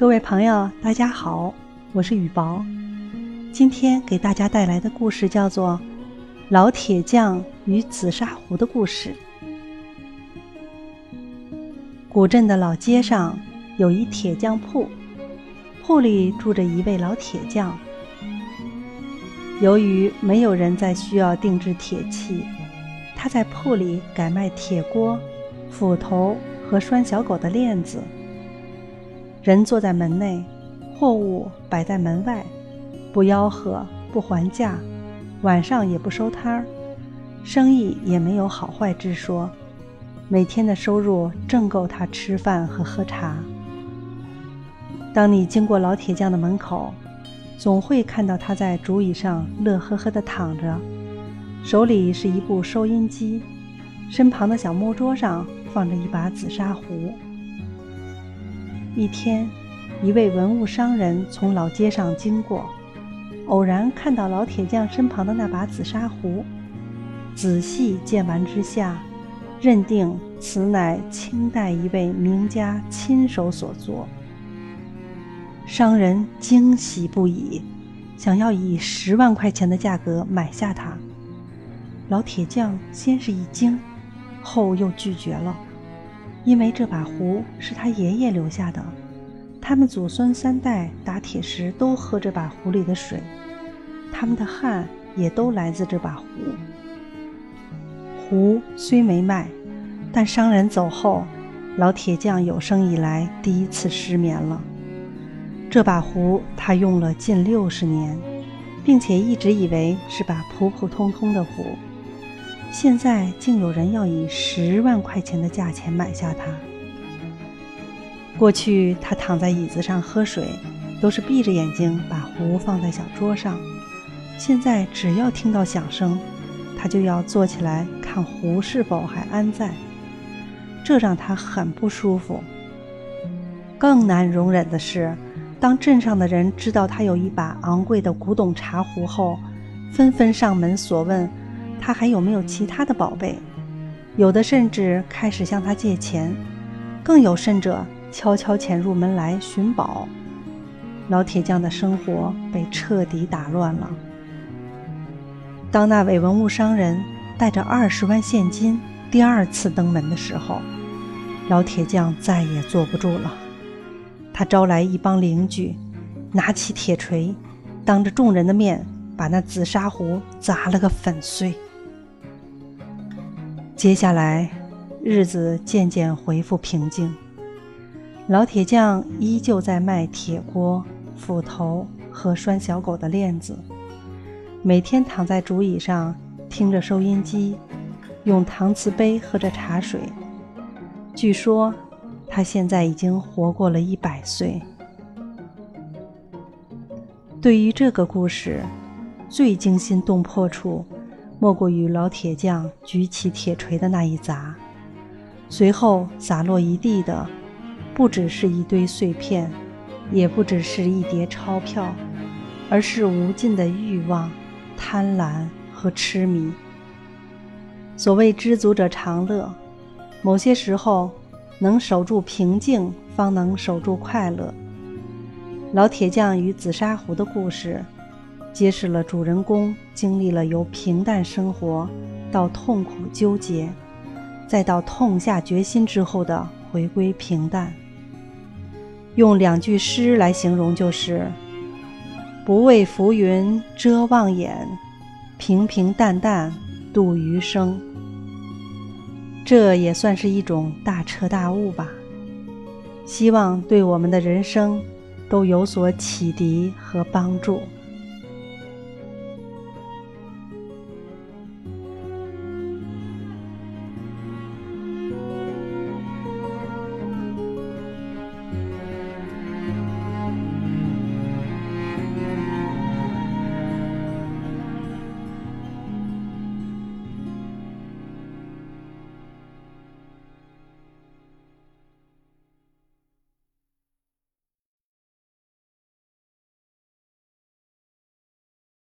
各位朋友，大家好，我是雨薄。今天给大家带来的故事叫做《老铁匠与紫砂壶的故事》。古镇的老街上有一铁匠铺，铺里住着一位老铁匠。由于没有人再需要定制铁器，他在铺里改卖铁锅、斧头和拴小狗的链子。人坐在门内，货物摆在门外，不吆喝，不还价，晚上也不收摊儿，生意也没有好坏之说，每天的收入正够他吃饭和喝茶。当你经过老铁匠的门口，总会看到他在竹椅上乐呵呵地躺着，手里是一部收音机，身旁的小木桌上放着一把紫砂壶。一天，一位文物商人从老街上经过，偶然看到老铁匠身旁的那把紫砂壶，仔细见完之下，认定此乃清代一位名家亲手所作。商人惊喜不已，想要以10万块钱的价格买下它。老铁匠先是一惊，后又拒绝了，因为这把壶是他爷爷留下的，他们祖孙3代打铁时都喝这把壶里的水，他们的汗也都来自这把壶。壶虽没卖，但商人走后，老铁匠有生以来第一次失眠了。这把壶他用了近60年，并且一直以为是把普普通通的壶，现在竟有人要以10万块钱的价钱买下它。过去他躺在椅子上喝水，都是闭着眼睛把壶放在小桌上，现在只要听到响声，他就要坐起来看壶是否还安在，这让他很不舒服。更难容忍的是，当镇上的人知道他有一把昂贵的古董茶壶后，纷纷上门索问他还有没有其他的宝贝，有的甚至开始向他借钱，更有甚者悄悄潜入门来寻宝。老铁匠的生活被彻底打乱了。当那位文物商人带着20万现金第2次登门的时候，老铁匠再也坐不住了。他招来一帮邻居，拿起铁锤，当着众人的面把那紫砂壶砸了个粉碎。接下来日子渐渐恢复平静，老铁匠依旧在卖铁锅、斧头和拴小狗的链子，每天躺在竹椅上听着收音机，用搪瓷杯喝着茶水。据说他现在已经活过了100岁。对于这个故事，最惊心动魄处莫过于老铁匠举起铁锤的那一砸，随后洒落一地的不只是一堆碎片，也不只是一叠钞票，而是无尽的欲望、贪婪和痴迷。所谓知足者常乐，某些时候能守住平静，方能守住快乐。老铁匠与紫砂壶的故事，揭示了主人公经历了由平淡生活到痛苦纠结，再到痛下决心之后的回归平淡。用2句诗来形容就是：不为浮云遮望眼，平平淡淡度余生。这也算是一种大彻大悟吧，希望对我们的人生都有所启迪和帮助。